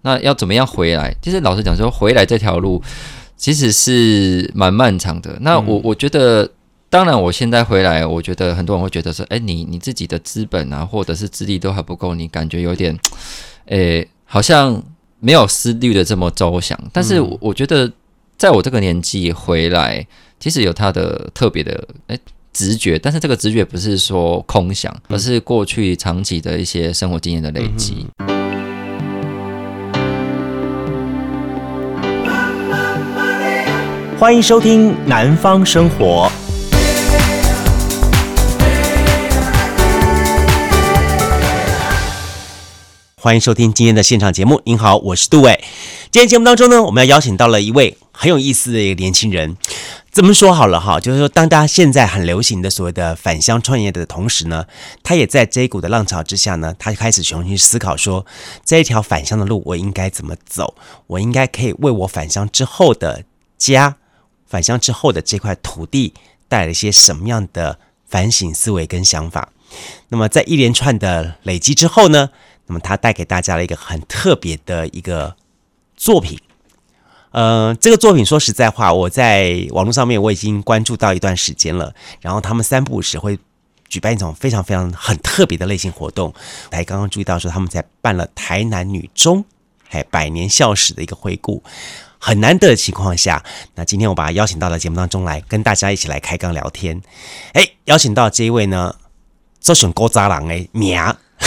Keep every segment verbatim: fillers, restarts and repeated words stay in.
那要怎么样回来？其实老实讲说，回来这条路其实是蛮漫长的。那我、嗯、我觉得，当然我现在回来，我觉得很多人会觉得说，哎，你你自己的资本啊，或者是资历都还不够，你感觉有点，哎，好像没有思虑的这么周详。但是我我觉得，在我这个年纪回来，其实有它的特别的，哎。直觉，但是这个直觉不是说空想，而是过去长期的一些生活经验的累积。 欢迎收听南方生活。欢迎收听今天的现场节目。您好，我是杜伟。今天节目当中呢，我们要邀请到了一位很有意思的一个年轻人。这么说好了哈，就是说，当大家现在很流行的所谓的返乡创业的同时呢，他也在这一股的浪潮之下呢，他开始重新思考说，这一条返乡的路我应该怎么走，我应该可以为我返乡之后的家，返乡之后的这块土地带来一些什么样的反省思维跟想法。那么在一连串的累积之后呢，那么他带给大家了一个很特别的一个作品。呃，这个作品说实在话，我在网络上面我已经关注到一段时间了。然后他们三不五时会举办一种非常非常很特别的类型活动。还刚刚注意到说他们才办了台南女中还百年校史的一个回顾，很难得的情况下，那今天我把他邀请到了节目当中来，跟大家一起来开杠聊天。哎，邀请到这一位呢，这选古早人的名，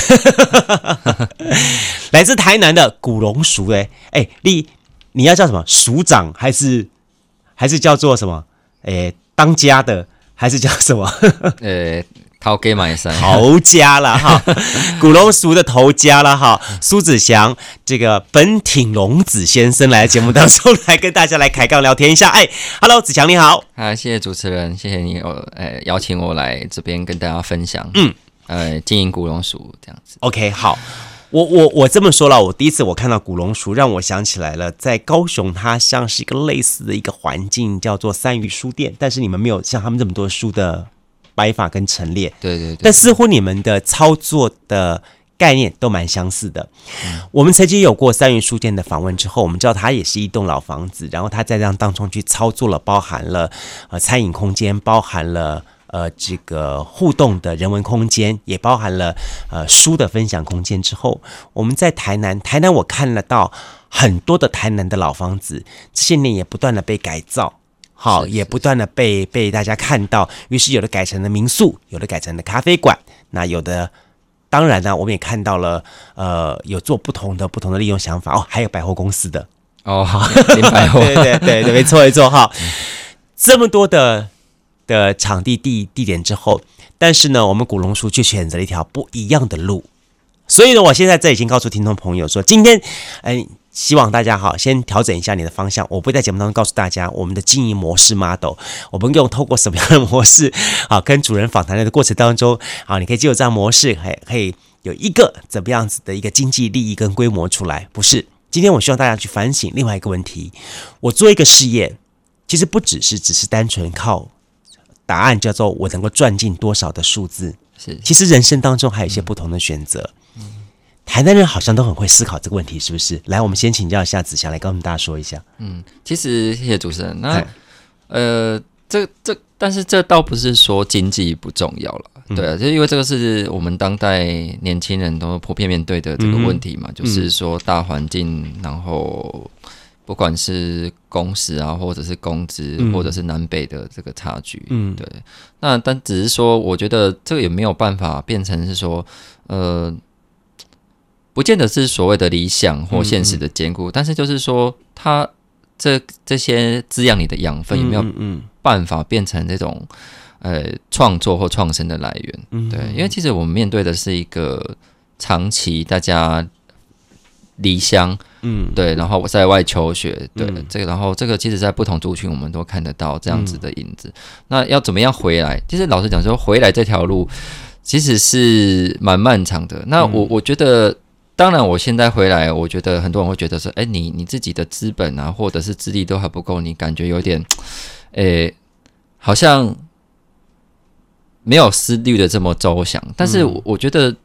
来自台南的古龙叔哎哎你。你要叫什么署长还是还是叫做什么？诶，当家的还是叫什么？ 呃，头家买山头家啦哈，古龙署的头家啦哈，苏子祥这个本挺龙子先生来节目当中来跟大家来开杠聊天一下。哎 ，Hello， 子祥你好， 啊，谢谢主持人，谢谢你呃邀请我来这边跟大家分享，嗯，呃，经营古龙署这样子。 OK， 好。我我我这么说了，我第一次我看到古龙书，让我想起来了，在高雄它像是一个类似的一个环境，叫做三余书店，但是你们没有像他们这么多书的摆法跟陈列， 对对对， 但似乎你们的操作的概念都蛮相似的。嗯、我们曾经有过三余书店的访问之后，我们知道它也是一栋老房子，然后它在这样当中去操作了，包含了呃餐饮空间，包含了。呃，这个互动的人文空间，也包含了呃书的分享空间之后，我们在台南，台南我看得到很多的台南的老房子，这些年也不断的被改造，好，也不断的被被大家看到，于是有的改成了民宿，有的改成了咖啡馆，那有的当然呢，我们也看到了，呃，有做不同的不同的利用想法哦，还有百货公司的哦，林百货， 对对对对，没错没错哈，这么多的。的场地地地点之后，但是呢，我们古龙书却选择了一条不一样的路，所以呢，我现在这已经告诉听众朋友说，今天，哎，希望大家好，先调整一下你的方向。我不会在节目当中告诉大家我们的经营模式 model， 我们用透过什么样的模式啊，跟主人访谈的过程当中，啊，你可以借由这样模式，可以可以有一个怎么样子的一个经济利益跟规模出来，不是？今天我希望大家去反省另外一个问题：我做一个事业，其实不只是只是单纯靠。答案叫做我能够赚进多少的数字， 是其实人生当中还有一些不同的选择。嗯、台南人好像都很会思考这个问题，是不是？来，我们先请教一下子祥，来跟我们大家说一下。 嗯，其实谢谢主持人。那呃，这这，但是这倒不是说经济不重要了，嗯、对啊，就因为这个是我们当代年轻人都普遍面对的这个问题嘛，嗯、就是说大环境，然后。不管是工时啊，或者是工资，嗯、或者是南北的这个差距，嗯，对。那但只是说，我觉得这个也没有办法变成是说，呃，不见得是所谓的理想或现实的兼顾，嗯嗯但是就是说，它这这些滋养你的养分有没有办法变成这种呃创作或创生的来源？嗯嗯对，因为其实我们面对的是一个长期大家。离乡，嗯，对，然后在外求学，对，嗯、这个，然后这个其实，在不同族群我们都看得到这样子的影子。嗯、那要怎么样回来？其实老实讲说，回来这条路其实是蛮漫长的。那我、嗯、我觉得，当然我现在回来，我觉得很多人会觉得说，哎，你你自己的资本啊，或者是资历都还不够，你感觉有点，哎，好像没有思虑的这么周详。但是我觉得。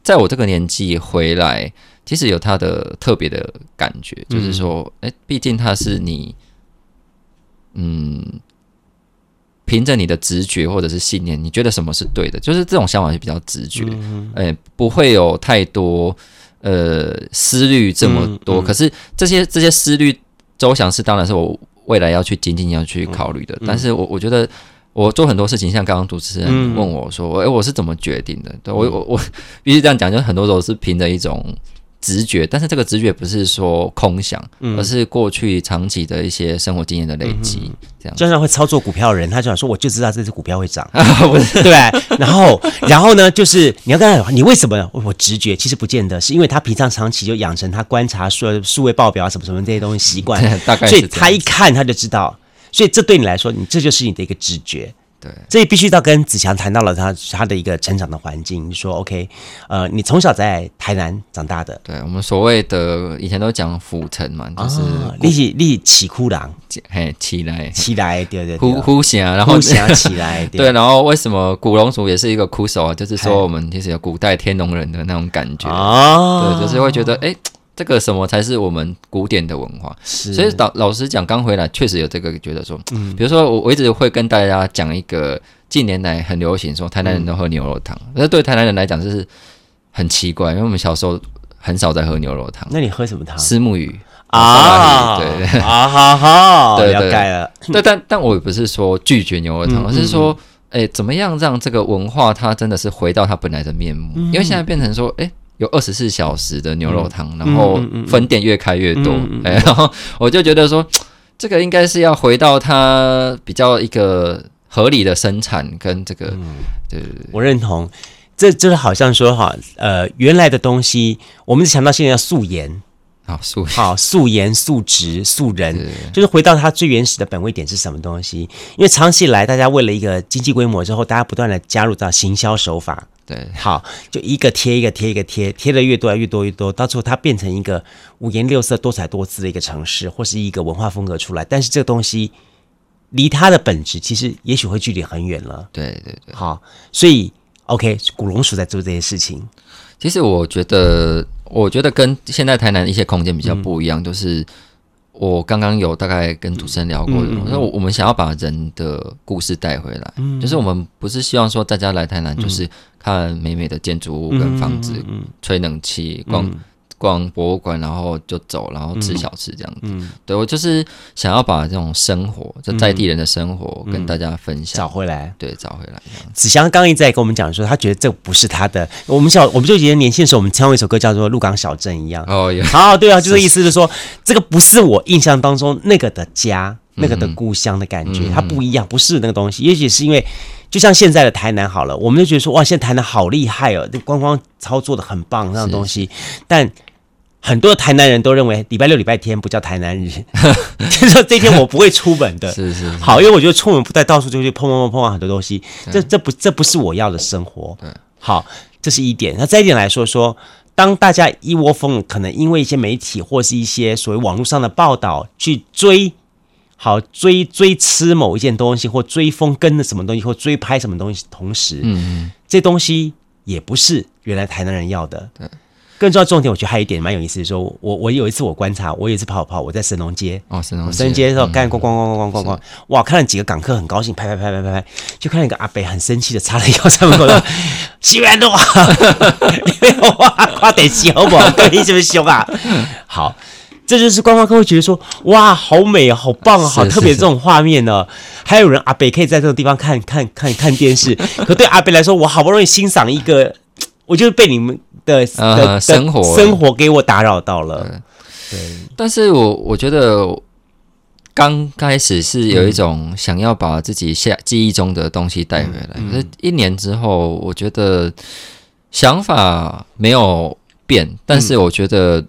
在我这个年纪回来，其实有它的特别的感觉，嗯、就是说，哎，毕竟它是你，嗯，凭着你的直觉或者是信念，你觉得什么是对的，就是这种想法是比较直觉，嗯、哎，不会有太多呃思虑这么多。嗯嗯、可是这些这些思虑周详是当然是我未来要去精进要去考虑的，嗯、但是我我觉得。我做很多事情，像刚刚主持人问我说：“哎、嗯欸，我是怎么决定的？”对我我我必须这样讲，就很多时候是凭着一种直觉，但是这个直觉不是说空想，嗯、而是过去长期的一些生活经验的累积。嗯、这样， 就像会操作股票的人，他就想说：“我就知道这只股票会涨。啊”不是对，然后然后呢，就是你要跟他讲，你为什么我直觉？其实不见得，是因为他平常长期就养成他观察数数位报表什么什么这些东西习惯， 大概所以他一看他就知道。所以这对你来说，你这就是你的一个直觉。 对， 这必须到跟子强谈到了他他的一个成长的环境。你说 OK， 呃，你从小在台南长大的， 对我们所谓的以前都讲府城嘛，就是你是你起哭郎， 嘿起来起来，对对对， 呼呼响，然后呼响起来， 对, 对，然后为什么古龙族也是一个哭手啊？就是说我们其实有古代天龙人的那种感觉，哦，对，就是会觉得哎。这个什么才是我们古典的文化？所以老老实讲，刚回来确实有这个觉得说，嗯、比如说我我一直会跟大家讲一个近年来很流行说台南人都喝牛肉汤，那、嗯、对台南人来讲就是很奇怪，因为我们小时候很少在喝牛肉汤。 那你喝什么汤？ 虱目鱼啊， 对对啊，好好， 对了解了。 对，但但我也不是说拒绝牛肉汤，而是说，哎，怎么样让这个文化它真的是回到它本来的面目？嗯、因为现在变成说，哎。有二十四小时的牛肉汤，嗯、然后分店越开越多，嗯嗯嗯、然后我就觉得说，这个应该是要回到它比较一个合理的生产跟这个，嗯、对, 对, 对， 我认同。这就是好像说哈，呃，原来的东西，我们想到现在要素颜。 好素好素颜素质素人，就是回到它最原始的本位点是什么东西？因为长期以来，大家为了一个经济规模之后，大家不断的加入到行销手法。 对， 好，就一个贴一个贴一个贴，贴的越多越多越多，到最后它变成一个五颜六色、多彩多姿的一个城市，或是一个文化风格出来。但是这个东西离它的本质，其实也许会距离很远了。 对对对， 好，所以 OK， 古龙鼠在做这些事情。 其实我觉得，我觉得跟现在台南一些空间比较不一样，嗯、就是我刚刚有大概跟主持人聊过的，嗯嗯嗯、我们想要把人的故事带回来，嗯、就是我们不是希望说大家来台南就是看美美的建筑物跟房子，嗯嗯嗯、吹冷气，逛。嗯逛博物馆，然后就走，然后吃小吃这样子。嗯、对我就是想要把这种生活，就在地人的生活跟大家分享， 嗯、找回来， 对，找回来。 子祥刚一直在跟我们讲说，他觉得这不是他的。我们小，我们就以前年轻的时候，我们唱过一首歌叫做《鹿港小镇》一样。 哦，有。 好，对啊，就这意思，就是说，这个不是我印象当中那个的家，那个的故乡的感觉，嗯、它不一样，不是那个东西。也许是因为。就像现在的台南好了，我们就觉得说哇，现在台南好厉害哦，这观光操作的很棒那种东西，但很多台南人都认为礼拜六、礼拜天不叫台南日，就是说这天我不会出门的。 是是是。 好，因为我觉得出门不带到处就去碰碰碰碰很多东西，这这不这不是我要的生活。 对， 好，这是一点。那再一点来说说，当大家一窝蜂，可能因为一些媒体或是一些所谓网络上的报道去追。好追追吃某一件东西，或追风跟的什么东西，或追拍什么东西，同时，嗯，这东西也不是原来台南人要的。对，更重要的重点，我觉得还有一点蛮有意思的，说我我有一次我观察，我有一次跑跑，我在神农街， 哦，神农街， 神农街的时候，干逛逛逛逛逛逛逛，哇，看了几个港客很高兴，拍拍拍拍拍拍，就看到一个阿伯很生气的插了腰上门口说：“西元多，你没有哇，快点洗好不好？你是不是凶啊？”好。这就是观光客会觉得说，哇，好美啊，好棒啊，好特别这种画面呢。还有人阿北可以在这种地方看看看看电视，可对阿北来说，我好不容易欣赏一个，我就是被你们的、呃、的生活生活给我打扰到了。对， 对但是我我觉得刚开始是有一种想要把自己下记忆中的东西带回来，嗯、可是一年之后，我觉得想法没有变，但是我觉得。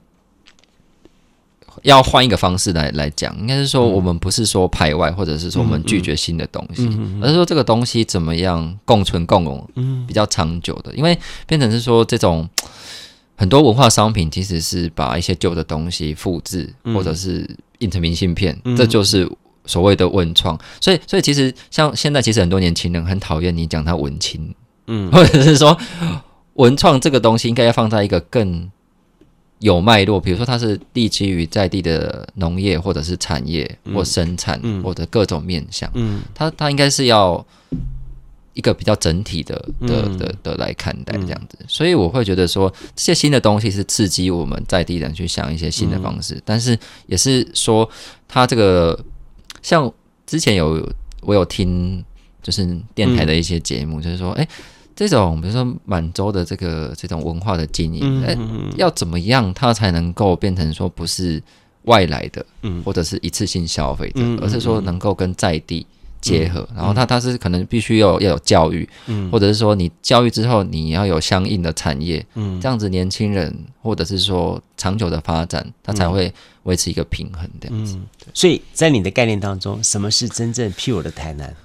要换一个方式来来讲，应该是说我们不是说排外，或者是说我们拒绝新的东西，嗯嗯、而是说这个东西怎么样共存共荣，嗯、比较长久的。因为变成是说这种很多文化商品其实是把一些旧的东西复制，嗯、或者是印成明信片，嗯、这就是所谓的文创。所以，所以其实像现在其实很多年轻人很讨厌你讲他文青，嗯，或者是说。 文创这个东西应该要放在一个更有脉络，比如说它是立基于在地的农业或者是产业或生产、嗯、或者各种面向，嗯，它它应该是要一个比较整体的的的的来看待这样子，所以我会觉得说这些新的东西是刺激我们在地人去想一些新的方式，嗯、但是也是说它这个像之前有我有听就是电台的一些节目，嗯、就是说哎。这种比如说满洲的这个这种文化的经营，嗯嗯、要怎么样它才能够变成说不是外来的，嗯、或者是一次性消费的，嗯、而是说能够跟在地结合，嗯、然后它它是可能必须要要有教育，嗯、或者是说你教育之后你要有相应的产业，嗯、这样子年轻人或者是说长久的发展，它才会维持一个平衡这样子。嗯、 所以在你的概念当中，什么是真正 pure 的台南？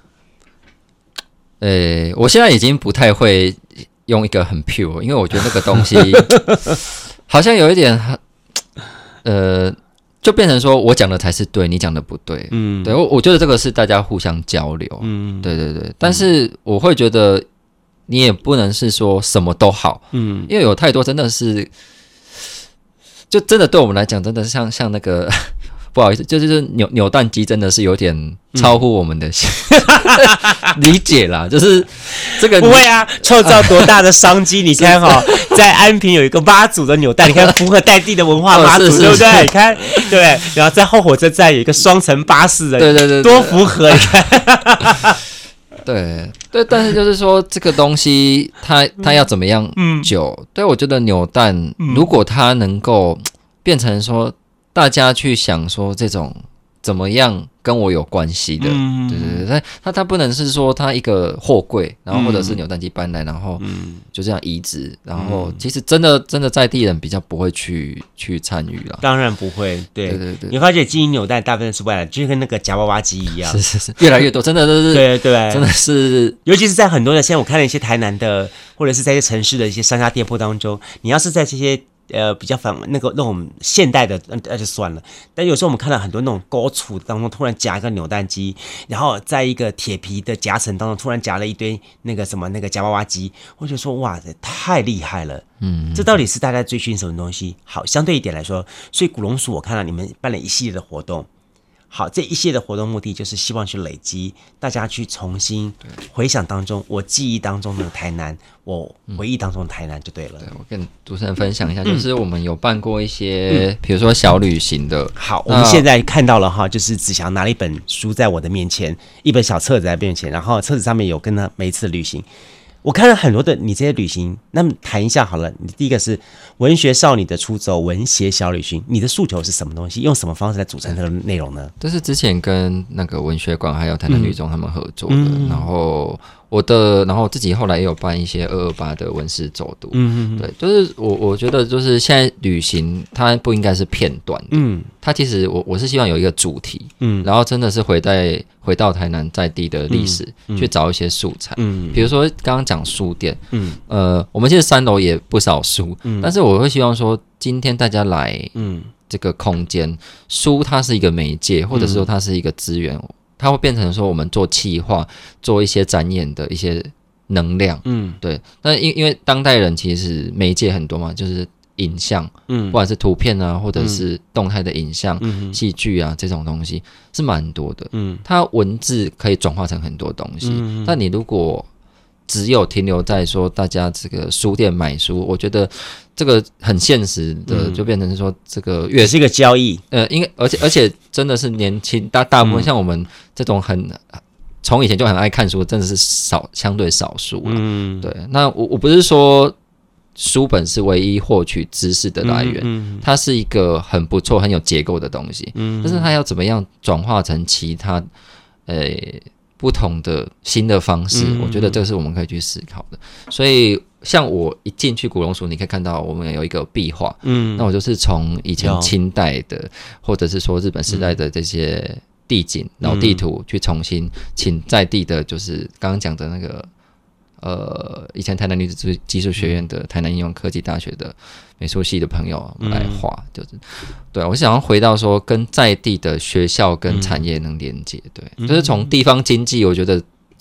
呃，我现在已经不太会用一个很 pure， 因为我觉得那个东西好像有一点，呃，就变成说我讲的才是对，你讲的不对。嗯，对，我我觉得这个是大家互相交流。嗯，对对对。但是我会觉得你也不能是说什么都好。嗯，因为有太多真的是，就真的对我们来讲，真的是像像那个。不好意思，就是扭扭蛋机真的是有点超乎我们的、嗯、理解啦，就是这个不会啊，创造多大的商机！你看哈、哦，在安平有一个妈祖的扭蛋，你看符合在地的文化妈祖，哦、对不对？你看，对，然后在后火车站有一个双层巴士的， 对对 对, 对， 多符合！你看， 对对，但是就是说这个东西它它要怎么样久？嗯、对，我觉得扭蛋、嗯、如果它能够变成说。大家去想说这种怎么样跟我有关系的，嗯、对对对，它它不能是说它一个货柜，然后或者是扭蛋机搬来，然后就这样移植，然后其实真的真的在地人比较不会去去参与了， 当然不会，对对 对, 对，你发现经营扭蛋大部分是外来，就跟那个夹娃娃机一样， 是是是，越来越多，真的都是对对， 真的是， 尤其是在很多的，现在我看了一些台南的，或者是在一些城市的一些商家店铺当中，你要是在这些。呃，比较反那个那种现代的，那就算了。但有时候我们看到很多那种高处当中，突然夹一个扭蛋机，然后在一个铁皮的夹层当中，突然夹了一堆那个什么那个夹娃娃机，我就说哇，这太厉害了。嗯，这到底是大家追寻什么东西？好，相对一点来说，所以古龙署我看到你们办了一系列的活动。好，这一系列的活动目的就是希望去累积大家去重新回想当中我记忆当中的台南，我回忆当中的台南就对了。 对，我跟主持人分享一下，嗯、就是我们有办过一些，嗯、比如说小旅行的。 好，我们现在看到了哈，就是子祥拿了一本书在我的面前，一本小册子在面前，然后册子上面有跟他每一次的旅行。我看了很多的你这些旅行，那么谈一下好了。你第一个是文学少女的出走，文协小旅行，你的诉求是什么东西？用什么方式来组成这个内容呢？ 这是之前跟那个文学馆还有台南女中他们合作的，嗯、然后我的，然后自己后来也有办一些二二八的文史走读。嗯嗯，对，就是我我觉得就是现在旅行它不应该是片段的，嗯，它其实我我是希望有一个主题，嗯，然后真的是回在回到台南在地的历史，嗯嗯、去找一些素材，嗯，比如说刚刚讲书店，嗯，呃，我们其实三楼也不少书，嗯，但是我会希望说今天大家来，嗯，这个空间，书它是一个媒介，或者是说它是一个资源。嗯，它会变成说我们做企划做一些展演的一些能量，嗯，对。但因因为当代人其实媒介很多嘛，就是影像，嗯，不管是图片啊，或者是动态的影像、嗯、戏剧啊这种东西是蛮多的，嗯，它文字可以转化成很多东西，嗯，但你如果只有停留在说大家这个书店买书，我觉得这个很现实的，就变成说这个越是一个交易， 呃，因为而且而且真的是年轻大大部分像我们这种很从以前就很爱看书，真的是少相对少数了。嗯，对。那我我不是说书本是唯一获取知识的来源，嗯嗯、它是一个很不错、很有结构的东西，嗯，但是它要怎么样转化成其他，呃。不同的新的方式，嗯、我觉得这是我们可以去思考的。所以，像我一进去古龙署，你可以看到我们有一个壁画，嗯，那我就是从以前清代的，或者是说日本时代的这些地景、老、嗯、地图，去重新请在地的，就是刚刚讲的那个，呃，以前台南女子技术学院的台南应用科技大学的美术系的朋友来画，嗯、就是对我想要回到说跟在地的学校跟产业能连接，对，嗯、就是从地方经济，我觉得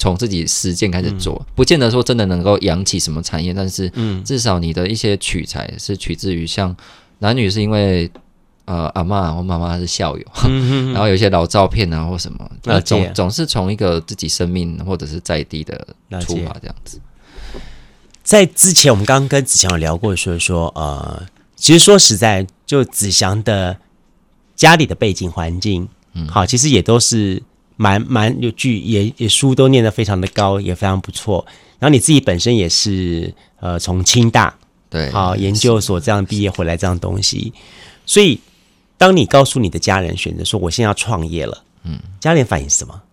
从自己实践开始做，嗯、不见得说真的能够养起什么产业，但是至少你的一些取材是取自于像男女是因为呃阿嬷或妈妈是校友，嗯、然后有一些老照片啊或什么，那总总是从一个自己生命或者是在地的出发这样子。 在之前我们刚刚跟子祥有聊过，说说呃，其实说实在，就子祥的家里的背景环境，嗯，好，其实也都是。蛮蛮有剧，也也书都念得非常的高，也非常不错。然后你自己本身也是呃从清大对好研究所这样毕业回来这样东西，所以当你告诉你的家人选择说我现在要创业了，嗯，家人反应是什么？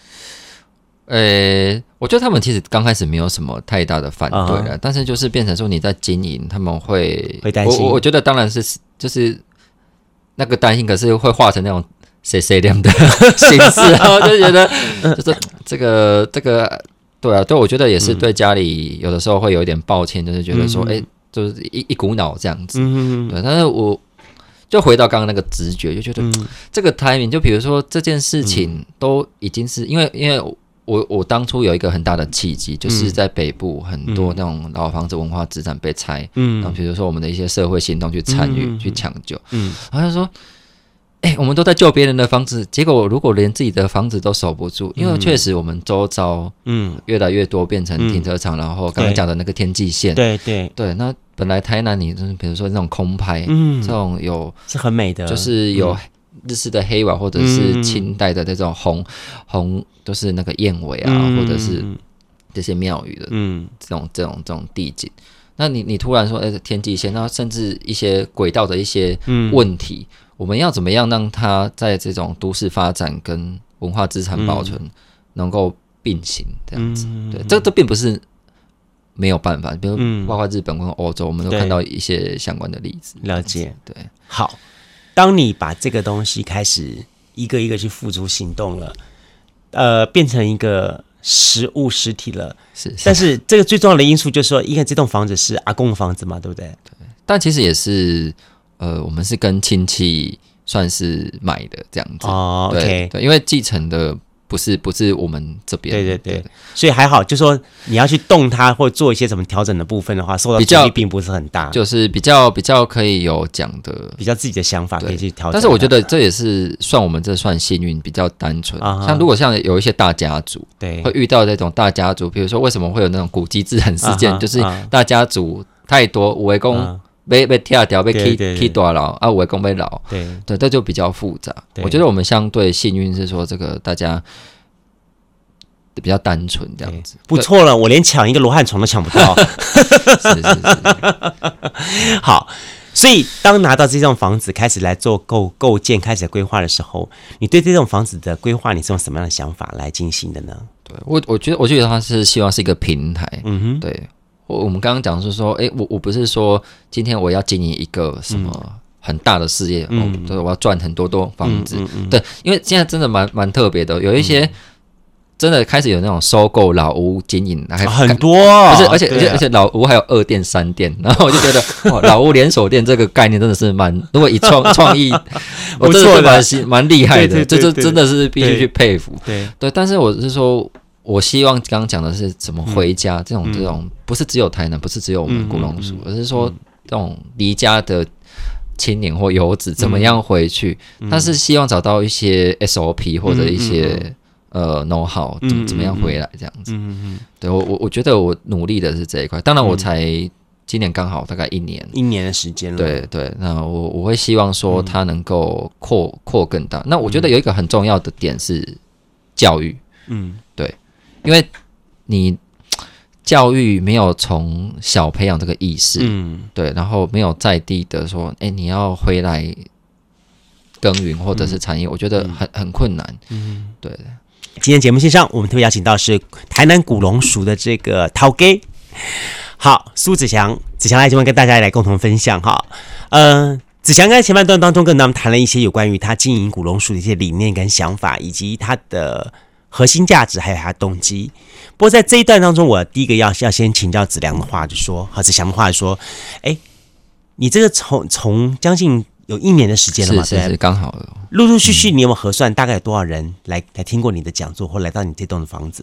呃，我觉得他们其实刚开始没有什么太大的反对了，uh-huh. 但是就是变成说你在经营，他们会会担心。 我我觉得当然是就是那个担心，可是会化成那种。谁谁亮的形式，然后就觉得就是这个这个对啊，对，我觉得也是对家里有的时候会有一点抱歉，就是觉得说，哎、嗯欸，就是一一股脑这样子，嗯、对。但是我就回到刚刚那个直觉，就觉得、嗯、这个 timing， 就比如说这件事情都已经是因为因为我我当初有一个很大的契机，就是在北部很多那种老房子文化资产被拆，嗯，然后比如说我们的一些社会行动去参与、嗯、去抢救，嗯，然后他说。哎、欸，我们都在救别人的房子，结果如果连自己的房子都守不住，因为确实我们周遭嗯越来越多变成停车场，嗯、然后刚才讲的那个天际线， 对对对，那本来台南你比如说那种空拍，嗯，这种有是很美的， 就是有日式的黑瓦或者是清代的这种红、嗯、红，都是那个燕尾啊，嗯、或者是这些庙宇的，嗯，这种这种这种地景。那你你突然说，哎、欸，天际线，那甚至一些轨道的一些问题。嗯，我们要怎么样让它在这种都市发展跟文化资产保存能够并行这样子？嗯、对，这这并不是没有办法，比如包括日本跟欧洲，我们都看到一些相关的例子。 了解， 对。 好，当你把这个东西开始一个一个去付诸行动了，呃，变成一个实物实体了， 是。 但是这个最重要的因素就是说，因为这栋房子是阿公的房子嘛，对不对？ 对。但其实也是。呃，我们是跟亲戚算是买的这样子哦 ，OK， 对对，因为继承的不是不是我们这边， 对对 对, 对，所以还好，就说你要去动它或做一些什么调整的部分的话，受到阻力并不是很大， 就是比较比较可以有讲的， 比较自己的想法可以去调整。 但是我觉得这也是算我们这算幸运，比较单纯。啊、像如果像有一些大家族，对，会遇到这种大家族，比如说为什么会有那种古迹自燃事件，啊、就是大家族太多，五围攻。啊被被跳掉，被 K K 多牢啊，我公被牢，对对，这就比较复杂。我觉得我们相对幸运是说，这个大家比较单纯这样子， 不错了。我连抢一个罗汉床都抢不到， 是是是。 好，所以当拿到这栋房子开始来做构构建、开始规划的时候，你对这栋房子的规划，你是用什么样的想法来进行的呢？ 对我，我觉得，我觉得它是希望是一个平台，嗯哼，对。我们刚刚讲是说，哎、欸，我我不是说今天我要经营一个什么很大的事业，嗯，哦、就是我要赚很多多房子，嗯嗯嗯、对，因为现在真的蛮蛮特别的，有一些真的开始有那种收购老屋经营，还很多、 啊，而且而且而且而且老屋还有二店三店，然后我就觉得哦，老屋连锁店这个概念真的是蛮，如果以创创意，我真的是蛮蛮厉害的，这就真的是必须去佩服，对 对, 对，但是我是说。我希望刚刚讲的是怎么回家，嗯、这种这种不是只有台南，不是只有我们古龙署，嗯嗯嗯、而是说这种离家的青年或游子怎么样回去，嗯、他是希望找到一些 S O P 或者一些、嗯、呃 know how 怎么怎么样回来这样子。嗯嗯、对我我我觉得我努力的是这一块，当然我才今年刚好大概一年一年的时间了。 对对，那我我会希望说他能够扩扩更大。那我觉得有一个很重要的点是教育，嗯，对。因为你教育没有从小培养这个意识，嗯，对，然后没有在地的说，哎，你要回来耕耘或者是产业，嗯、我觉得很很困难，嗯，对。 今天节目线上，我们特别邀请到是台南古龙署的这个头家，好，苏子祥，子祥来这边跟大家来共同分享哈，呃。子祥在前半段当中跟他们谈了一些有关于他经营古龙署的一些理念跟想法，以及他的核心价值还有他的动机。不过在这一段当中，我第一个要要先请教子良的话，就说和子祥的话说，哎，你这个从从将近有一年的时间了嘛， 是是是，刚好陆陆续续，你有没有核算大概有多少人来来听过你的讲座，或来到你这栋的房子？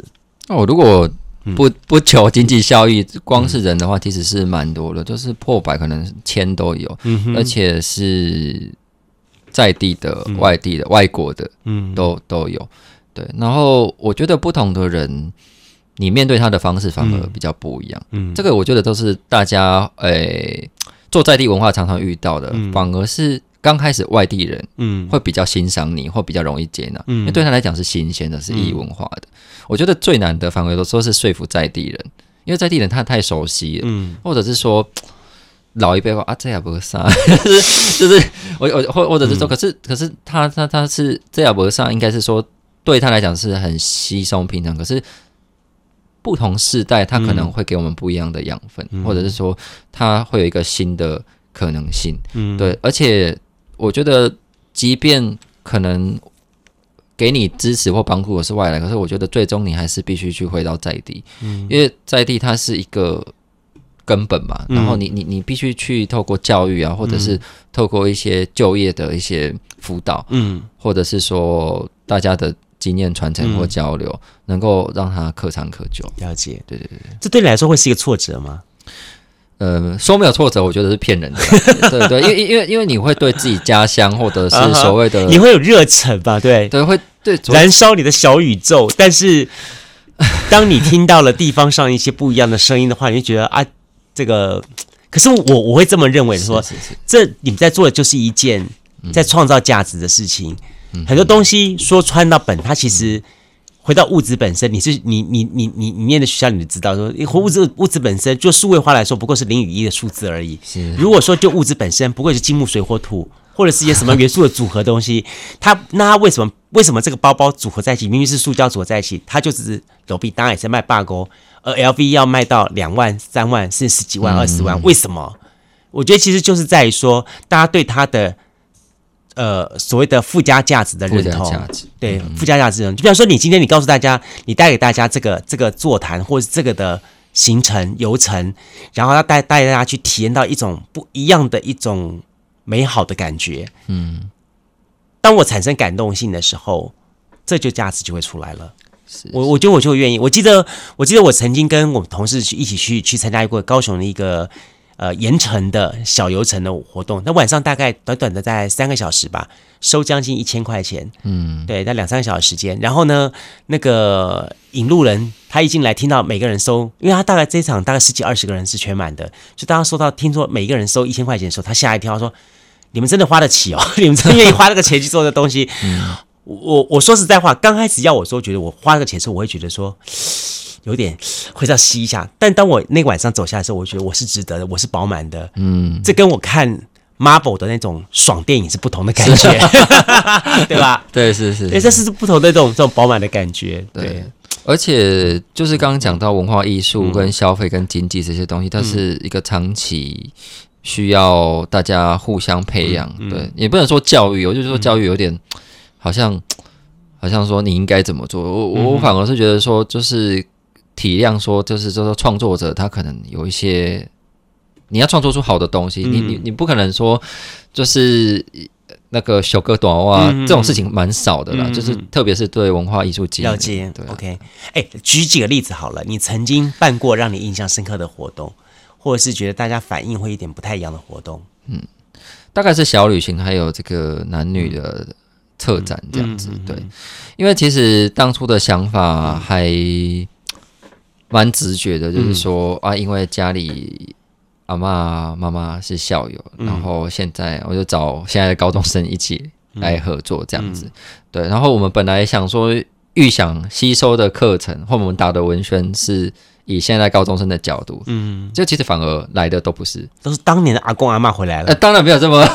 哦，如果不不求经济效益，光是人的话，其实是蛮多的，就是破百，可能千都有，嗯、而且是在地的、嗯、外地的、外国的，嗯，都都有。对，然后我觉得不同的人，你面对他的方式反而比较不一样。嗯，这个我觉得都是大家诶做在地文化常常遇到的，嗯、反而是刚开始外地人，嗯，会比较欣赏你，或比较容易接纳，嗯，因为对他来讲是新鲜的，是异文化的。嗯、我觉得最难的反而有时候是说服在地人，因为在地人他太熟悉了，嗯，或者是说。老一辈话啊，这也不啥，就是就是我我或或者是说，嗯、可是可是他他他是这也不啥，应该是说对他来讲是很稀松平常，可是不同世代他可能会给我们不一样的养分，嗯、或者是说他会有一个新的可能性，嗯，对，而且我觉得即便可能给你支持或帮助的是外来，可是我觉得最终你还是必须去回到在地，嗯，因为在地它是一个。根本嘛，然后你你你必须去透过教育啊，或者是透过一些就业的一些辅导，嗯，或者是说大家的经验传承或交流，嗯、能够让它可长可久。 了解， 对对对， 这对你来说会是一个挫折吗？ 呃，说没有挫折，我觉得是骗人的。对对，因为因为因为你会对自己家乡或者是所谓的， 你会有热忱吧？对对， 会对燃烧你的小宇宙。但是当你听到了地方上一些不一样的声音的话，你就觉得啊。这个，可是我我会这么认为说，是是是这你们在做的就是一件在创造价值的事情。嗯、很多东西说穿到本，它其实回到物质本身，你是你你你你你念的学校，你就知道说，物质物质本身就数位化来说，不过是零与一的数字而已。如果说就物质本身，不过是金木水火土，或者是一些什么元素的组合东西，它那它为什么为什么这个包包组合在一起，明明是塑胶组合在一起，它就只是手臂当然也是卖罢钩。而 L V 要卖到两万、三万，甚至十几万、二十万，为什么？我觉得其实就是在于说，大家对它的呃所谓的附加价值的认同，对、嗯、附加价值认同。就比方说，你今天你告诉大家，你带给大家这个这个座谈或者这个的行程游程，然后要带带大家去体验到一种不一样的一种美好的感觉。嗯，当我产生感动性的时候，这就价值就会出来了。我我觉得我就会愿意。我记得我记得我曾经跟我们同事去一起去去参加过高雄的一个呃盐城的小游程的活动，那晚上大概短短的在三个小时吧，收将近一千块钱，嗯，对，在两三个小时时间。然后呢，那个引路人他一进来听到每个人收，因为他大概这一场大概十几二十个人是全满的，就当他收到听说每个人收一千块钱的时候，他吓一跳，他说：“你们真的花得起哦？你们真愿意花这个钱去做这东西？”嗯我我说实在话，刚开始要我说，觉得我花这个钱的时候，我会觉得说有点会要吸一下。但当我那个晚上走下来的时候，我觉得我是值得的，我是饱满的。嗯，这跟我看 Marvel 的那种爽电影是不同的感觉，对吧？ 对，是是， 对，这是不同的这种这种饱满的感觉。对，对而且就是刚刚讲到文化艺术跟消费跟经济这些东西，它是一个长期需要大家互相培养。嗯、对，也不能说教育，我就是说教育有点。好像，好像说你应该怎么做，我我反而是觉得说，就是体谅说，就是说创作者他可能有一些，你要创作出好的东西，嗯、你你你不可能说就是那个小哥短袜、嗯、这种事情蛮少的啦，嗯、就是特别是对文化艺术界了解。对、啊、，OK， 哎，举几个例子好了，你曾经办过让你印象深刻的活动，或者是觉得大家反应会有点不太一样的活动，嗯， 大概是小旅行，还有这个男女的。策展这样子，嗯嗯嗯、对，因为其实当初的想法还蛮直觉的，就是说、嗯、啊，因为家里阿嬷妈妈是校友，嗯、然后现在我就找现在的高中生一起来合作这样子，嗯、对，然后我们本来想说预想吸收的课程或我们打的文宣是以现在高中生的角度，嗯，就其实反而来的都不是， 都是当年的阿公阿嬷回来了。 呃，当然没有这么，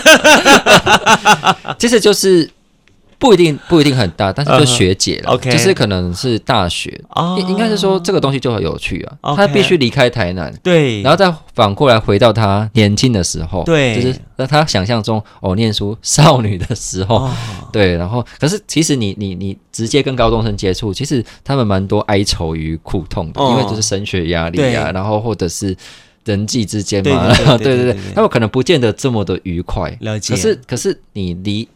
其实就是不一定不一定很大，但是就学姐了， uh-huh. 就是可能是大学， oh. 应该是说这个东西就很有趣啊， okay. 他必须离开台南， 对， 然后再反过来回到他年轻的时候， 对， 就是在他想象中哦念书少女的时候， oh. 对，然后可是其实你你你直接跟高中生接触，其实他们蛮多哀愁与苦痛的， oh. 因为就是升学压力啊，然后或者是人际之间嘛，对对 对, 对, 对, 对, 对, 对，他们可能不见得这么的愉快， 了解， 可是可是你离。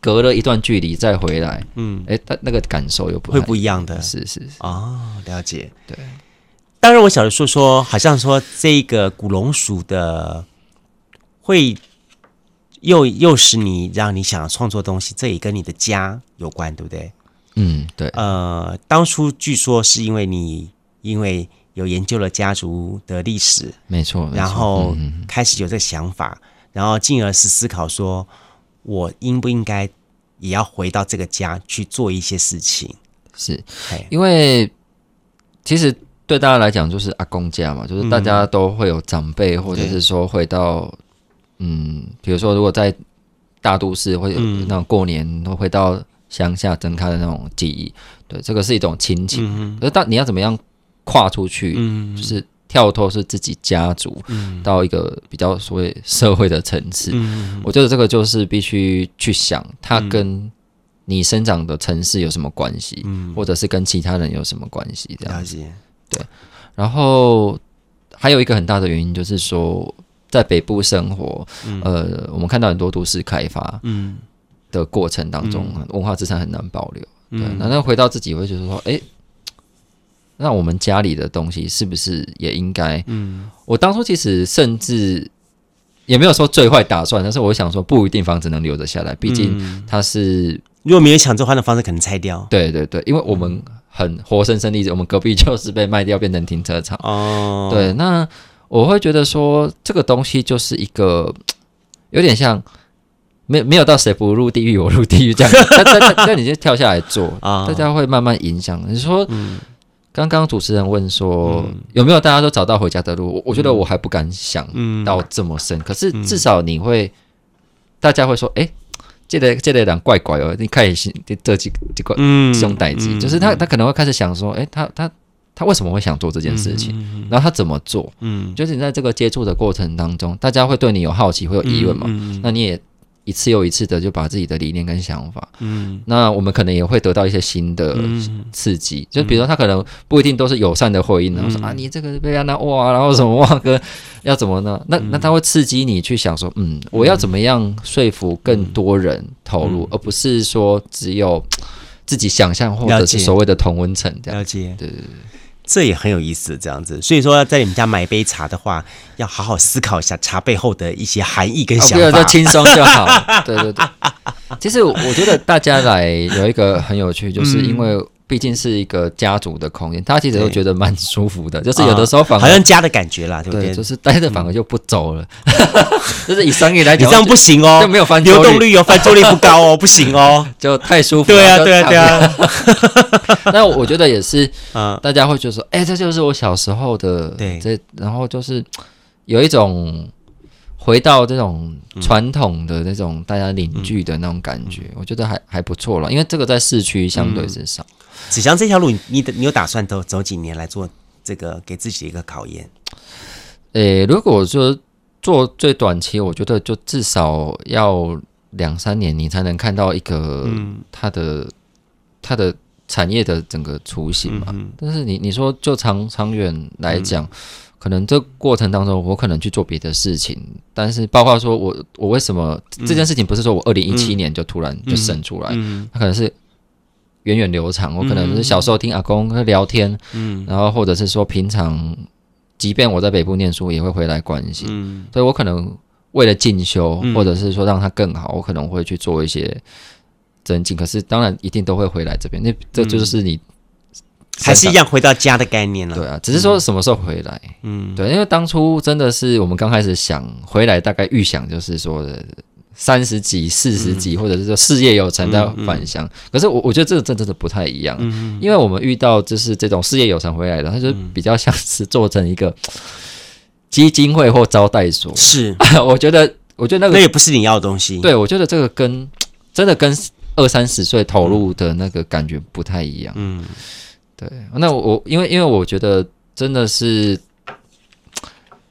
隔了一段距离再回来， 嗯， 哎，他那个感受又不会不一样的， 是是是哦，了解， 对。 当然，我想说说，好像说这个古龙属的会又又使你让你想创作东西，这也跟你的家有关，对不对？ 嗯，对。 呃，当初据说是因为你因为有研究了家族的历史， 没错， 然后开始有这个想法，然后进而是思考说，我应不应该也要回到这个家去做一些事情？ 是因为其实。对大家来讲就是阿公家嘛，就是大家都会有长辈，嗯、或者是说会到，嗯，比如说如果在大都市会有那种过年都会到乡下增开的那种记忆，对，这个是一种亲情。嗯、可是当你要怎么样跨出去，嗯、就是跳脱是自己家族、嗯、到一个比较所谓社会的层次，嗯、我觉得这个就是必须去想，它跟你生长的城市有什么关系，嗯、或者是跟其他人有什么关系，这样子。对，然后还有一个很大的原因就是说，在北部生活，嗯、呃，我们看到很多都市开发的过程当中，嗯、文化资产很难保留。嗯、对，那那回到自己会觉得说，哎，那我们家里的东西是不是也应该？嗯，我当初其实甚至也没有说最坏打算，但是我想说，不一定房子能留得下来，毕竟它是、嗯、 如果没有抢这换的房子，可能拆掉。 对对对，因为我们。很活生生例子，我们隔壁就是被卖掉变成停车场。哦，对，那我会觉得说，这个东西就是一个有点像没没有到谁不入地狱我入地狱这样，但但但你就跳下来做，啊、大家会慢慢影响。你说，嗯、刚刚主持人问说、嗯、有没有大家都找到回家的路？我我觉得我还不敢想到这么深，嗯、可是至少你会，大家会说，哎。这个这个人怪怪哦，你开始这几几个这种代志，就是他他可能会开始想说，哎，他他他为什么会想做这件事情？嗯、然后他怎么做？嗯，就是你在这个接触的过程当中，大家会对你有好奇，会有疑问嘛？嗯、那你也一次又一次的就把自己的理念跟想法，嗯，那我们可能也会得到一些新的刺激，嗯、就比如说他可能不一定都是友善的回应，然后说、嗯、啊你这个被安娜哇，然后什么哇哥要怎么呢？那那他会刺激你去想说，嗯，我要怎么样说服更多人投入，嗯、而不是说只有自己想象或者是所谓的同温层这样。 了解， 对对对。 这也很有意思，这样子。所以说，在你们家买一杯茶的话，要好好思考一下茶背后的一些含义跟想法。 不要就轻松就好。对对对。其实我觉得大家来有一个很有趣，就是因为毕竟是一个家族的空间，大家其实都觉得蛮舒服的。就是有的时候反而、 啊、好像家的感觉啦，对不对？ 对，就是待着反而就不走了。就是以商业来讲， 你这样不行哦， 就没有翻桌率， 流动率有翻桌率不高哦，不行哦， 就太舒服了。对啊，对啊，对啊。那我觉得也是，大家会觉得说，哎、欸，这就是我小时候的， 对， 这然后就是有一种回到这种传统的那种大家凝聚的那种感觉，嗯、我觉得还还不错了。因为这个在市区相对是少。 子祥这条路，你你有打算走走几年来做这个给自己一个考验？ 诶、欸，如果说做最短期，我觉得就至少要两三年，你才能看到一个它的、嗯、它的产业的整个雏形嘛。嗯、但是你你说就长长远来讲。嗯可能这过程当中，我可能去做别的事情，但是包括说我我为什么、嗯、这件事情不是说我二零一七年就突然就生出来，嗯嗯、它可能是源远流长。我可能是小时候听阿公聊天，嗯、然后或者是说平常，即便我在北部念书，也会回来关心，嗯、所以我可能为了进修，嗯、或者是说让它更好，我可能会去做一些增进。可是当然一定都会回来这边，那这就是你。 还是一样回到家的概念了。 对啊，只是说什么时候回来。嗯，对，因为当初真的是我们刚开始想回来，大概预想就是说的三十几、四十几，嗯、或者是说事业有成再返乡。嗯嗯、可是我我觉得这个真的不太一样，嗯、因为我们遇到就是这种事业有成回来的，他就比较像是做成一个基金会或招待所。 是， 我觉得，我觉得那个那也不是你要的东西。 对，我觉得这个跟真的跟二三十岁投入的那个感觉不太一样。嗯。对，那我因为因为我觉得真的是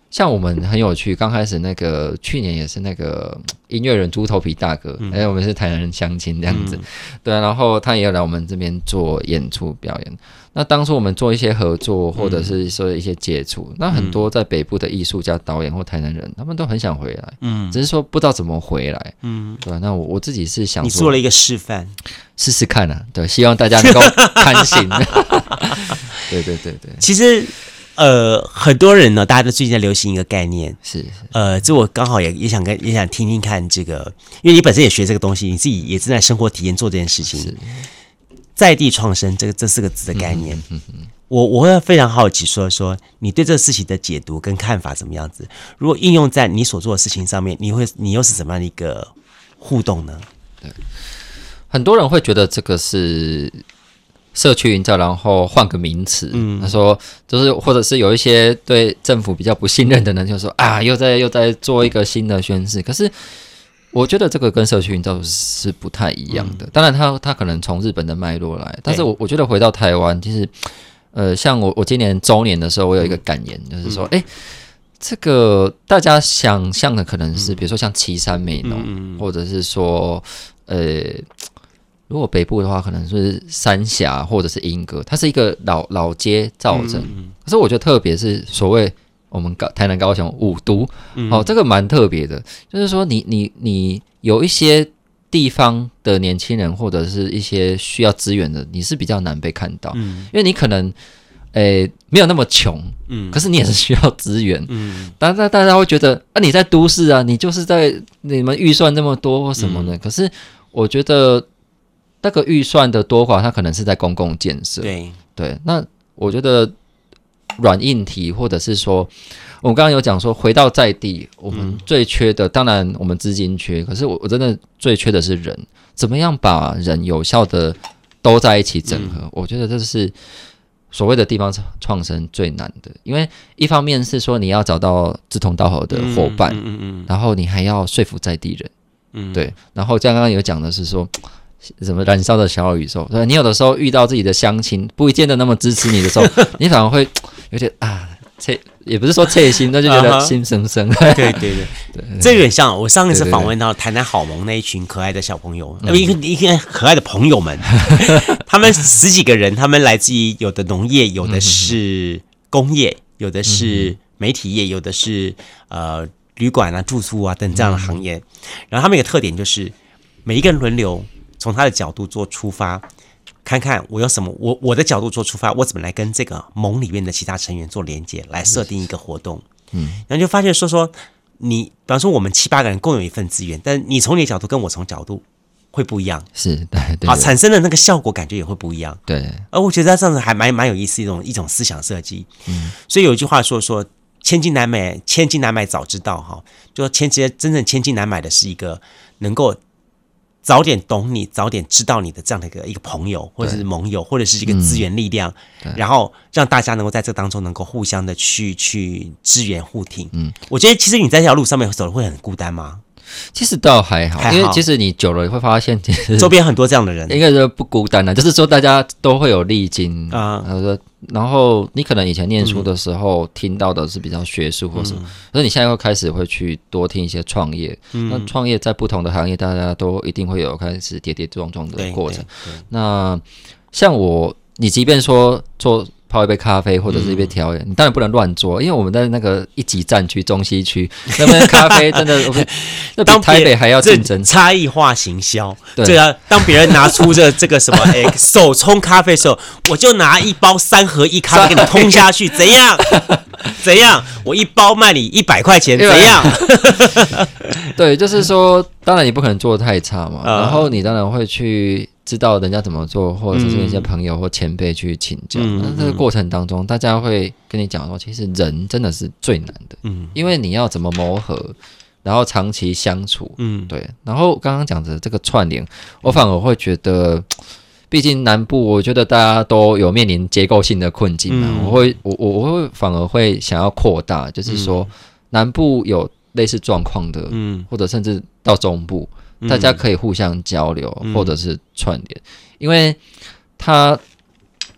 像我们很有趣，刚开始那个去年也是那个音乐人猪头皮大哥，哎、嗯，我们是台南人相亲这样子，嗯、对、啊，然后他也有来我们这边做演出表演。那当初我们做一些合作，或者是说一些接触，嗯、那很多在北部的艺术家、导演或台南人，他们都很想回来，嗯，只是说不知道怎么回来，嗯，对、啊。那我我自己是想说， 你做了一个示范， 试试看啊，对，希望大家能够看行。对对对对， 其实。呃，很多人呢，大家都最近在流行一个概念， 是，是呃，这我刚好也也想跟也想听听看这个，因为你本身也学这个东西，你自己也正在生活体验做这件事情，在地创生这个这四个字的概念，嗯、我我会非常好奇说说你对这个事情的解读跟看法怎么样子？如果应用在你所做的事情上面，你会你又是怎么样的一个互动呢？ 对，很多人会觉得这个是。社区营造，然后换个名词，嗯，他说就是或者是有一些对政府比较不信任的人，就说啊，又在又在做一个新的宣示。可是我觉得这个跟社区营造是不太一样的。嗯、当然他，他他可能从日本的脉络来，但是我我觉得回到台湾，其实呃，像我我今年周年的时候，我有一个感言，嗯、就是说，哎、欸，这个大家想象的可能是，比如说像旗山美浓，嗯、或者是说呃。如果北部的话，可能是三峡或者是莺歌，它是一个老老街造镇。嗯嗯、可是我觉得特别是所谓我们台南高雄五都，嗯、哦，这个蛮特别的，就是说你你你有一些地方的年轻人或者是一些需要资源的，你是比较难被看到，嗯、因为你可能诶没有那么穷，嗯，可是你也是需要资源，嗯，大家大家会觉得啊你在都市啊，你就是在你们预算那么多或什么的，嗯、可是我觉得。那个预算的多寡，它可能是在公共建设。 对对，那我觉得软硬体，或者是说，我刚刚有讲说，回到在地，我们最缺的，嗯、当然我们资金缺，可是我我真的最缺的是人，怎么样把人有效的都在一起整合？嗯、我觉得这是所谓的地方创生最难的，因为一方面是说你要找到志同道合的伙伴，嗯嗯嗯嗯、然后你还要说服在地人，嗯，对，然后刚刚有讲的是说。什么燃烧的小宇宙？你有的时候遇到自己的乡亲不见得那么支持你的时候，你反而会有点啊，切也不是说切心，那就觉得心生生。 对对对，对这有点像我上一次访问到台南好萌那一群可爱的小朋友，一个一个可爱的朋友们，他们十几个人，他们来自于有的农业，有的是工业，有的是媒体业，有的是呃旅馆啊、住宿啊等这样的行业。然后他们有个特点就是，每一个人轮流。从他的角度做出发，看看我有什么，我我的角度做出发，我怎么来跟这个盟里面的其他成员做连接，来设定一个活动。嗯，然后就发现说说你，比方说我们七八个人共有一份资源，但你从你的角度跟我从角度会不一样， 是对对， 好产生的那个效果感觉也会不一样。 对， 而我觉得这样子还蛮蛮有意思一种一种思想设计。嗯，所以有一句话说说千金难买，千金难买早知道哈，就说千金真正千金难买的是一个能够。早点懂你，早点知道你的这样的一个一个朋友，或者是盟友，或者是一个资源力量，嗯、然后让大家能够在这当中能够互相的去去支援互挺。嗯，我觉得其实你在这条路上面走的会很孤单吗？ 其实倒还好，还好因为其实你久了会发现，其实周边很多这样的人， 应该是不孤单的，就是说大家都会有历经啊，嗯、然后你可能以前念书的时候听到的是比较学术或什么，可是、嗯、你现在会开始会去多听一些创业，嗯、那创业在不同的行业，大家都一定会有开始跌跌撞撞的过程。那像我，你即便说做。泡一杯咖啡或者是一杯调饮，嗯、你当然不能乱做，因为我们在那个一级战区、中西区，那边咖啡真的，那比台北还要竞争。 差异化行销，对啊，当别人拿出这这个什么哎、欸、手冲咖啡的时候，我就拿一包三合一咖啡给你冲下去，怎样？怎样？我一包卖你一百块钱，怎样？ 对，就是说，当然你不可能做得太差嘛，嗯、然后你当然会去。知道人家怎么做，或者是一些朋友或前辈去请教。那、嗯、这个过程当中，大家会跟你讲说，其实人真的是最难的，嗯，因为你要怎么磨合，然后长期相处，嗯，对。然后刚刚讲的这个串联，我反而会觉得，毕竟南部，我觉得大家都有面临结构性的困境嘛，嗯、我会，我我会反而会想要扩大，就是说、嗯、南部有类似状况的，嗯，或者甚至到中部。大家可以互相交流，嗯、或者是串联，因为他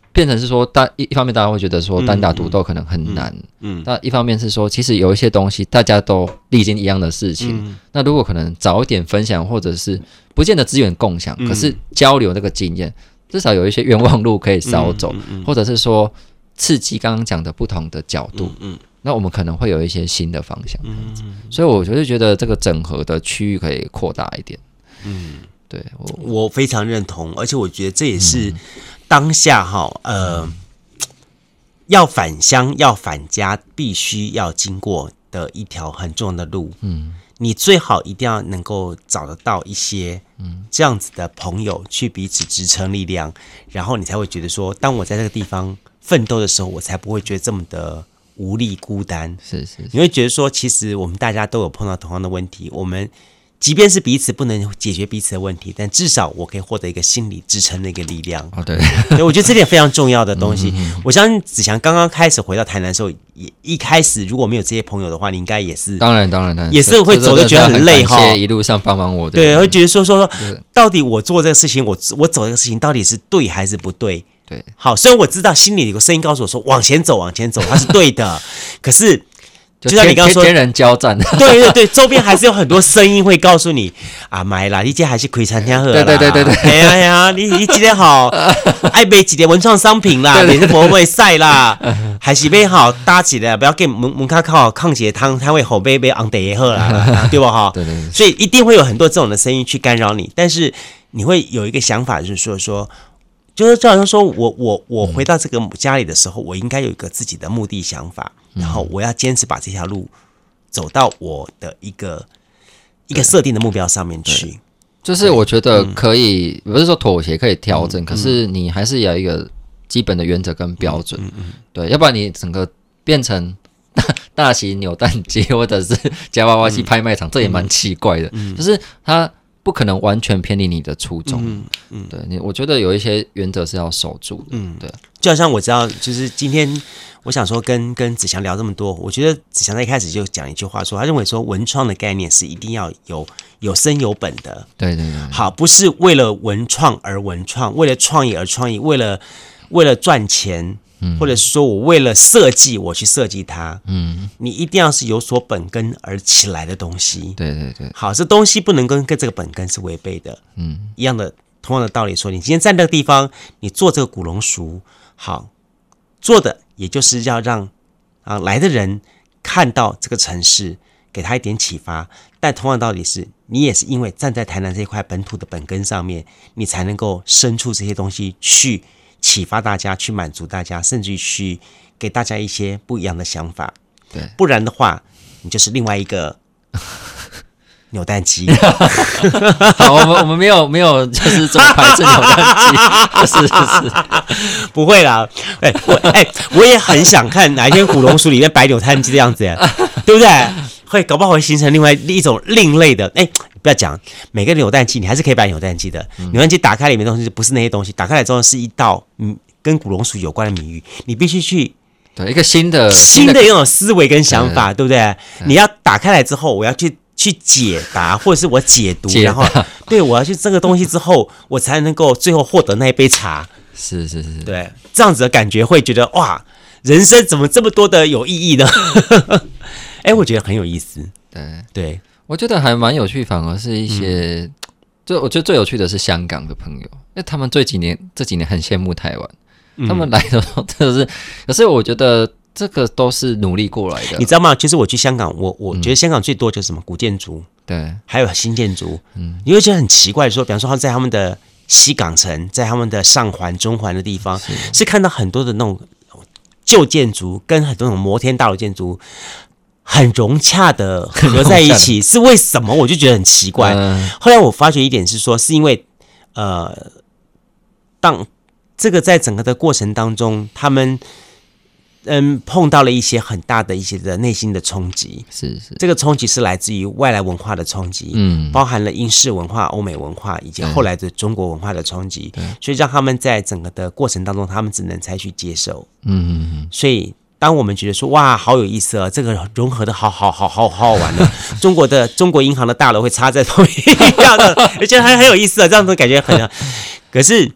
变成是说大一一方面大家会觉得说单打独斗可能很难，嗯，那、嗯、一方面是说其实有一些东西大家都历经一样的事情，嗯、那如果可能早一点分享，或者是不见得资源共享，嗯、可是交流那个经验，至少有一些冤枉路可以少走，嗯嗯嗯、或者是说刺激刚刚讲的不同的角度，嗯。嗯那我们可能会有一些新的方向，嗯，所以我就觉得这个整合的区域可以扩大一点，嗯，对我我非常认同，而且我觉得这也是当下哈，呃，要返乡要返家必须要经过的一条很重要的路，嗯，你最好一定要能够找得到一些嗯这样子的朋友去彼此支撑力量，然后你才会觉得说，当我在这个地方奋斗的时候，我才不会觉得这么的无力孤单， 是 是, 是， 你会觉得说，其实我们大家都有碰到同样的问题，我们即便是彼此不能解决彼此的问题，但至少我可以获得一个心理支撑的一个力量。 哦，对， 对，我觉得这点非常重要的东西。嗯嗯嗯我相信子祥刚刚开始回到台南的时候，也一开始如果没有这些朋友的话，你应该也是， 当然当然当然， 也是会走的觉得很累哈。 谢谢一路上帮忙我的， 对，会觉得说说说，到底我做这个事情，我我走这个事情到底是对还是不对？ 对， 好，虽然我知道心里有个声音告诉我说往前走，往前走，它是对的，可是就像你刚刚说， 天人交战， 对对对，周边还是有很多声音会告诉你啊，买啦，你今天还是亏餐厅喝啦， 对对对对对， 哎呀呀，你你今天好，爱买几件文创商品啦，你是不会晒啦，还是买好搭起来，不要给门门卡靠抗血汤，它会后背被昂得喝啦，对吧？哈， 对对对， 所以一定会有很多这种的声音去干扰你，但是你会有一个想法，就是说说。就是就好像说我我我回到这个家里的时候，我应该有一个自己的目的想法，然后我要坚持把这条路走到我的一个一个设定的目标上面去。 就是我觉得可以，不是说妥协可以调整，可是你还是有一个基本的原则跟标准，对，要不然你整个变成大大型扭蛋机或者是夹娃娃机拍卖场，这也蛮奇怪的，就是它。不可能完全偏离你的初衷，嗯嗯，对你，我觉得有一些原则是要守住的，嗯，对。 就好像我知道，就是今天我想说跟跟子祥聊这么多，我觉得子祥在一开始就讲一句话说，他认为说文创的概念是一定要有有生有本的， 对对对， 好，不是为了文创而文创，为了创意而创意，为了为了赚钱。或者是说我为了设计我去设计它，嗯，你一定要是有所本根而起来的东西， 对对对， 好，这东西不能跟跟这个本根是违背的，嗯，一样的，同样的道理说，你今天在那个地方，你做这个古龙熟，好，做的也就是要让啊来的人看到这个城市，给他一点启发，但同样的道理是，你也是因为站在台南这块本土的本根上面，你才能够生出这些东西去。启发大家，去满足大家，甚至于去给大家一些不一样的想法。 对， 不然的话，你就是另外一个扭蛋机。 好，我们我们没有没有，就是这么排斥扭蛋机，是是是， 不会啦。哎、欸，我哎、欸，我也很想看哪一天古龙书里面摆扭蛋机的样子，对不对？会搞不好会形成另外一种另类的哎。欸不要讲每个扭蛋机，你还是可以摆扭蛋机的。嗯、扭蛋机打开里面的东西不是那些东西，打开来之后是一道嗯跟古龙鼠有关的谜语，你必须去对一个新的新的一种思维跟想法， 对, 对不对？你要打开来之后，我要去去解答，或者是我解读，然后对我要去这个东西之后，我才能够最后获得那一杯茶。 是是是， 对，这样子的感觉会觉得哇，人生怎么这么多的有意义呢？哎，我觉得很有意思。 对对。 我觉得还蛮有趣，反而是一些，嗯、就我觉得最有趣的是香港的朋友，因为他们这几年这几年很羡慕台湾，嗯、他们来的时候真的是，可是我觉得这个都是努力过来的， 你知道吗？其实我去香港，我我觉得香港最多就是什么古建筑， 对， 还有新建筑，嗯，你会觉得很奇怪，说，比方说他在他们的西港城，在他们的上环、中环的地方，是, 是看到很多的那种旧建筑，跟很多那种摩天大楼建筑。很融洽的合在一起，是为什么？我就觉得很奇怪。嗯、后来我发觉一点是说，是因为呃，当这个在整个的过程当中，他们嗯碰到了一些很大的一些的内心的冲击。 是是， 这个冲击是来自于外来文化的冲击，嗯，包含了英式文化、欧美文化以及后来的中国文化的冲击，所以让他们在整个的过程当中，他们只能采取接受。嗯嗯嗯，所以。当我们觉得说哇好有意思啊，这个融合的好好好好好好玩的，中国的中国银行的大楼会插在同一样的，而且还很有意思啊，这样子感觉很。可是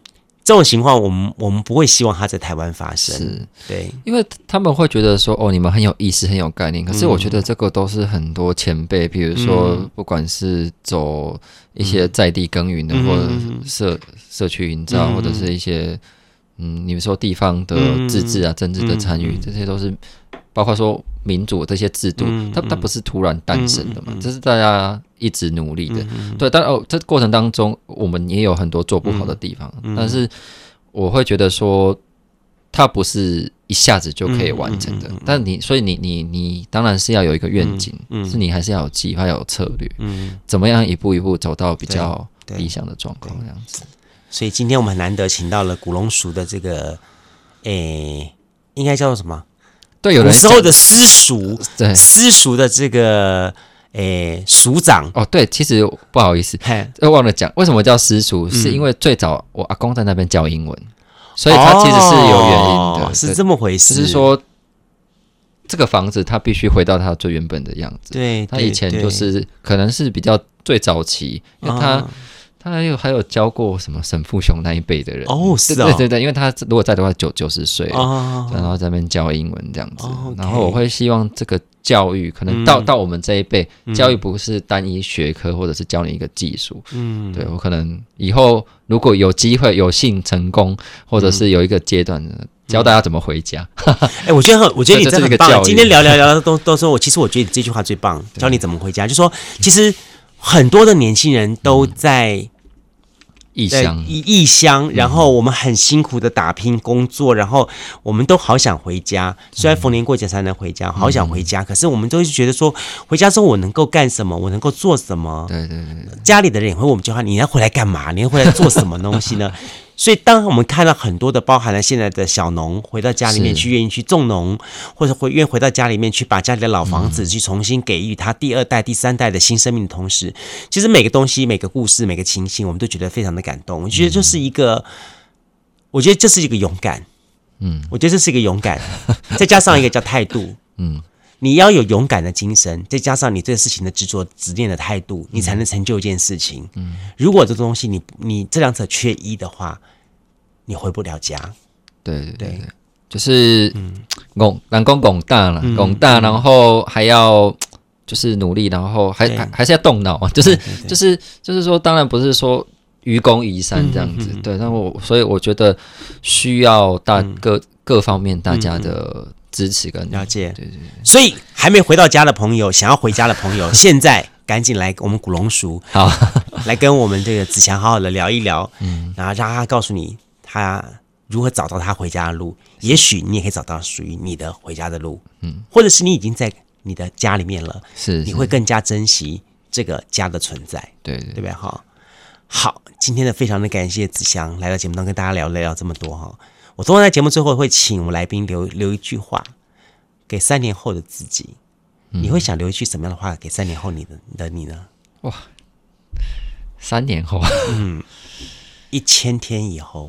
这种情况我们我们不会希望它在台湾发生， 是， 对， 因为他们会觉得说，哦，你们很有意识，很有概念。可是我觉得这个都是很多前辈，比如说，不管是走一些在地耕耘的，嗯、或者社社区营造，嗯、或者是一些，嗯，你们说地方的自治啊、嗯、政治的参与，嗯、这些都是，包括说民主这些制度，嗯、它它不是突然诞生的嘛，嗯、这是大家一直努力的。嗯、对，但哦，这过程当中我们也有很多做不好的地方，嗯、但是我会觉得说，它不是一下子就可以完成的。嗯嗯嗯嗯、但你，所以你你你当然是要有一个愿景，嗯嗯、是你还是要有计划，要有策略，嗯、怎么样一步一步走到比较理想的状况这样子。 所以今天我们很难得请到了古龙熟的这个，诶，应该叫做什么？ 对，有人古时候的私塾， 对， 私塾的这个诶署长。 哦，对，其实不好意思，忘了讲，为什么叫私塾？嗯、是因为最早我阿公在那边教英文，所以他其实是有原因的， 哦、是这么回事。 就是说，这个房子它必须回到它最原本的样子。 对， 他以前就是可能是比较最早期，因为他。哦他还有还有教过什么沈富雄那一辈的人哦，是哦，对对对，因为他如果在的话九九十岁了，哦、然后在那边教英文这样子，哦 okay、然后我会希望这个教育可能到、嗯、到我们这一辈，教育不是单一学科或者是教你一个技术，嗯，对我可能以后如果有机会有幸成功，或者是有一个阶段的。教大家怎么回家？ 哎、欸，我觉得很，我觉得你真的很棒。今天聊聊聊都都说我，其实我觉得这句话最棒，教你怎么回家。就说其实很多的年轻人都在。 异乡， 异乡，然后我们很辛苦的打拼工作，然后我们都好想回家。虽然逢年过节才能回家，好想回家，可是我们都会觉得说，回家之后我能够干什么？我能够做什么？ 对对对， 家里的人也会问我们句话：你要回来干嘛？你要回来做什么东西呢？所以，当我们看到很多的包含了现在的小农回到家里面去，愿意去种农，或者回愿意回到家里面去把家里的老房子去重新给予他第二代、第三代的新生命的同时，其实每个东西、每个故事、每个情形，我们都觉得非常的感动。我觉得这是一个，我觉得这是一个勇敢，嗯，我觉得这是一个勇敢，再加上一个叫态度，嗯。你要有勇敢的精神，再加上你对事情的执着、执念的态度，你才能成就一件事情。嗯，如果这东西你你这两者缺一的话，你回不了家。 对对 对, 对，就是拱南宫拱大了，拱、嗯、大，然后还要就是努力，然后还还还是要动脑，就是对对对就是就是说，当然不是说愚公移山这样子，嗯嗯嗯对。但我所以我觉得需要大各、嗯、各方面大家的。支持跟了解， 对对对， 所以还没回到家的朋友，想要回家的朋友，现在赶紧来我们古龙熟， 好， 来跟我们这个子强好好的聊一聊，嗯，然后让他告诉你他如何找到他回家的路，也许你也可以找到属于你的回家的路，嗯，或者是你已经在你的家里面了， 是， 你会更加珍惜这个家的存在， 对对， 对不对？哈，好，今天的非常的感谢子强来到节目中跟大家聊聊这么多哈。我通常在节目最后会请我们来宾留留一句话给三年后的自己，嗯、你会想留一句什么样的话给三年后你的的你呢？ 哇，三年后， 嗯，一千天以后，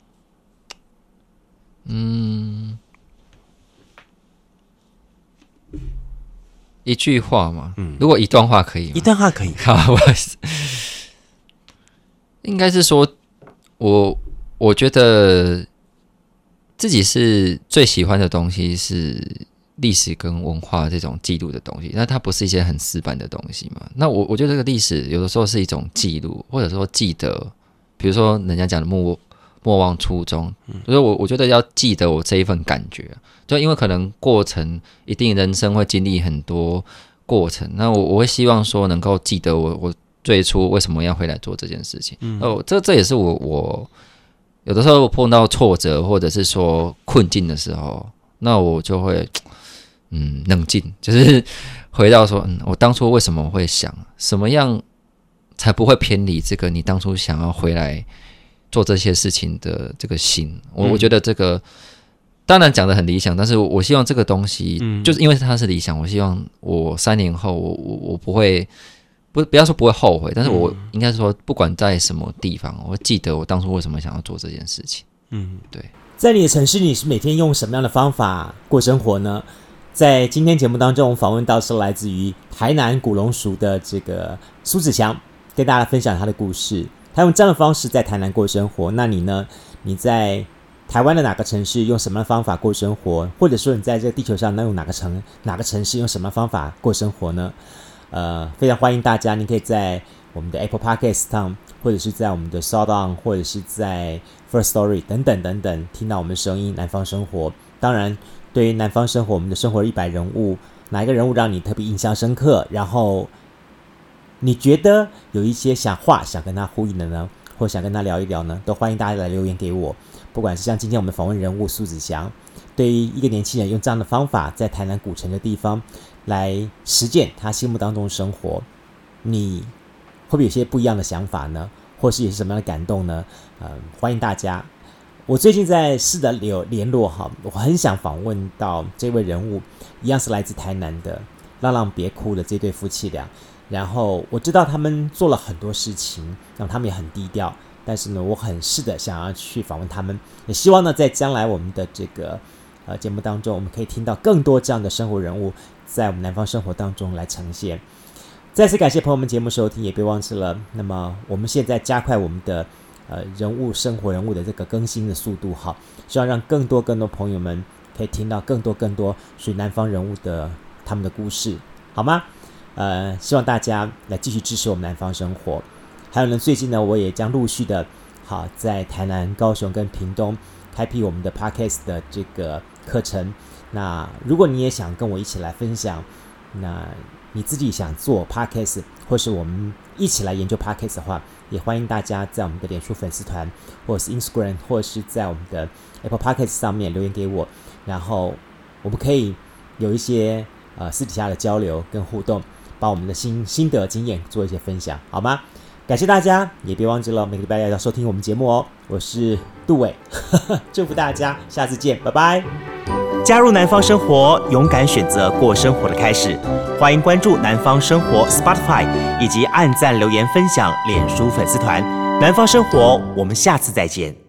嗯，一句话嘛，嗯，如果一段话可以吗？ 一段话可以， 好，我应该是说，我我觉得。自己是最喜欢的东西是历史跟文化这种记录的东西，那它不是一些很死板的东西嘛？那我我觉得这个历史有的时候是一种记录，或者说记得，比如说人家讲的莫莫忘初衷，所以我我觉得要记得我这一份感觉，就因为可能过程一定人生会经历很多过程，那我我会希望说能够记得我我最初为什么要回来做这件事情，嗯，哦，这这也是我我。有的时候碰到挫折或者是说困境的时候，那我就会嗯冷静，就是回到说，嗯，我当初为什么会想什么样才不会偏离这个你当初想要回来做这些事情的这个心。我、嗯、我觉得这个当然讲得很理想，但是我希望这个东西、嗯、就是因为它是理想，我希望我三年后我我我不会。不不要说不会后悔，但是我应该说，不管在什么地方，我会记得我当初为什么想要做这件事情。嗯，对。 在你的城市，你是每天用什么样的方法过生活呢？在今天节目当中，我们访问到是来自于台南古龙熟的这个苏子强，跟大家分享他的故事。 他用这样的方式在台南过生活。那你呢？你在台湾的哪个城市用什么样的方法过生活？或者说你在这个地球上能用哪个城哪个城市用什么方法过生活呢？呃，非常欢迎大家，你可以在我们的 Apple Podcast 上，或者是在我们的 SoundOn， 或者是在 First Story 等等等等，听到我们的声音。南方生活，当然对于南方生活，我们的生活一百人物，哪一个人物让你特别印象深刻？然后你觉得有一些想话想跟他呼应的呢，或想跟他聊一聊呢，都欢迎大家来留言给我。不管是像今天我们访问人物苏子祥，对于一个年轻人用这样的方法在台南古城的地方来实践他心目当中的生活，你会不会有些不一样的想法呢？或是有些什么样的感动呢？呃，欢迎大家。我最近在试着有联络哈，我很想访问到这位人物，一样是来自台南的浪浪别哭的这对夫妻俩。然后我知道他们做了很多事情，让他们也很低调，但是呢，我很试着想要去访问他们，也希望呢，在将来我们的这个呃节目当中，我们可以听到更多这样的生活人物在我们南方生活当中来呈现。再次感谢朋友们节目收听，也别忘记了，那么我们现在加快我们的呃人物生活人物的这个更新的速度，好，希望让更多更多朋友们可以听到更多更多属于南方人物的他们的故事，好吗？呃，希望大家来继续支持我们南方生活。还有呢，最近呢，我也将陆续的，好，在台南、高雄跟屏东开辟我们的 Podcast 的这个课程。那如果你也想跟我一起来分享，那你自己想做 Podcast， 或是我们一起来研究 Podcast 的话，也欢迎大家在我们的脸书粉丝团，或者是 Instagram， 或者是在我们的 Apple Podcast 上面留言给我，然后我们可以有一些呃私底下的交流跟互动。把我们的心心得经验做一些分享，好吗？感谢大家，也别忘记了每个礼拜要收听我们节目哦。我是杜伟，祝福大家，下次见，拜拜。 加入南方生活，勇敢选择过生活的开始。欢迎关注南方生活 Spotify， 以及按赞留言分享脸书粉丝团。南方生活，我们下次再见。